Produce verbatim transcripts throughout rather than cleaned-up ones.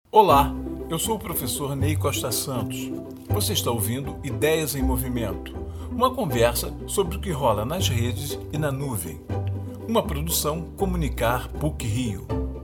Olá, eu sou o professor Ney Costa Santos. Você está ouvindo Ideias em Movimento, uma conversa sobre o que rola nas redes e na nuvem. Uma produção Comunicar PUC Rio.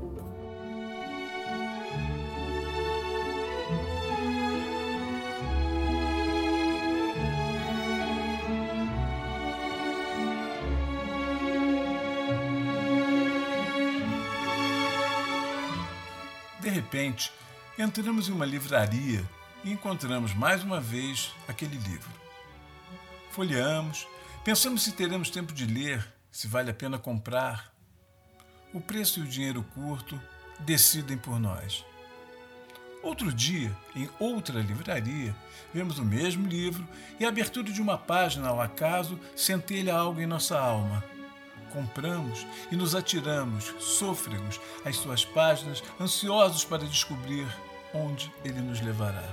De repente, entramos em uma livraria e encontramos mais uma vez aquele livro. Folheamos, pensamos se teremos tempo de ler, se vale a pena comprar. O preço e o dinheiro curto decidem por nós. Outro dia, em outra livraria, vemos o mesmo livro e a abertura de uma página ao acaso centelha algo em nossa alma. Compramos e nos atiramos, sôfregos, às suas páginas, ansiosos para descobrir onde ele nos levará.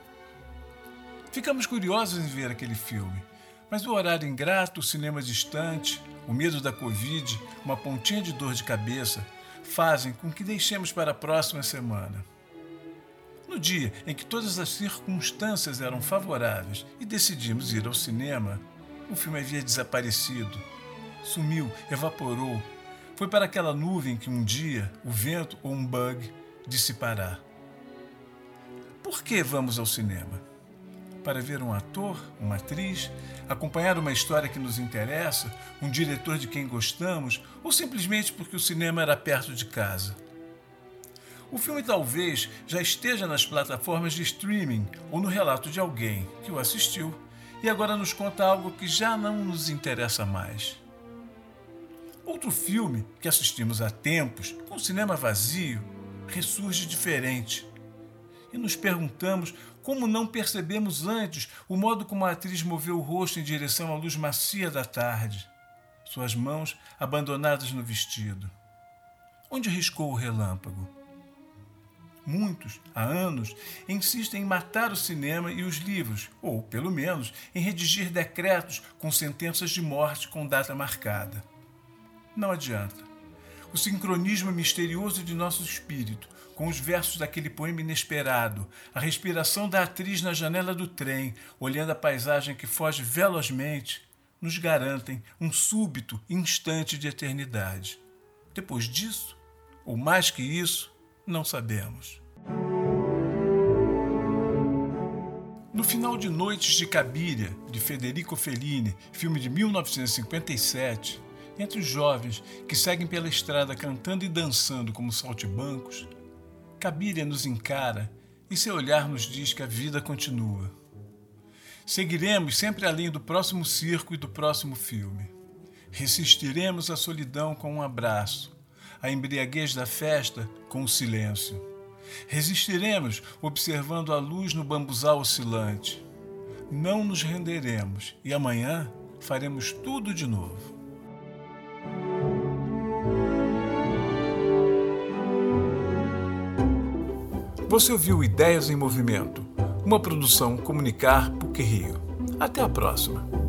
Ficamos curiosos em ver aquele filme, mas o horário ingrato, o cinema distante, o medo da Covid, uma pontinha de dor de cabeça, fazem com que deixemos para a próxima semana. No dia em que todas as circunstâncias eram favoráveis e decidimos ir ao cinema, o filme havia desaparecido. Sumiu, evaporou. Foi para aquela nuvem que um dia o vento ou um bug dissipará. Por que vamos ao cinema? Para ver um ator, uma atriz, acompanhar uma história que nos interessa, um diretor de quem gostamos, ou simplesmente porque o cinema era perto de casa? O filme talvez já esteja nas plataformas de streaming ou no relato de alguém que o assistiu e agora nos conta algo que já não nos interessa mais. Outro filme que assistimos há tempos, com o cinema vazio, ressurge diferente. E nos perguntamos como não percebemos antes o modo como a atriz moveu o rosto em direção à luz macia da tarde, suas mãos abandonadas no vestido. Onde riscou o relâmpago? Muitos, há anos, insistem em matar o cinema e os livros, ou, pelo menos, em redigir decretos com sentenças de morte com data marcada. Não adianta. O sincronismo misterioso de nosso espírito, com os versos daquele poema inesperado, a respiração da atriz na janela do trem, olhando a paisagem que foge velozmente, nos garantem um súbito instante de eternidade. Depois disso, ou mais que isso, não sabemos. No final de Noites de Cabiria, de Federico Fellini, filme de mil novecentos e cinquenta e sete, entre os jovens que seguem pela estrada cantando e dançando como saltimbancos, Cabiria nos encara e seu olhar nos diz que a vida continua. Seguiremos sempre além do próximo circo e do próximo filme. Resistiremos à solidão com um abraço, à embriaguez da festa com o silêncio. Resistiremos observando a luz no bambuzal oscilante. Não nos renderemos e amanhã faremos tudo de novo. Você ouviu Ideias em Movimento, uma produção Comunicar PUC Rio. Até a próxima.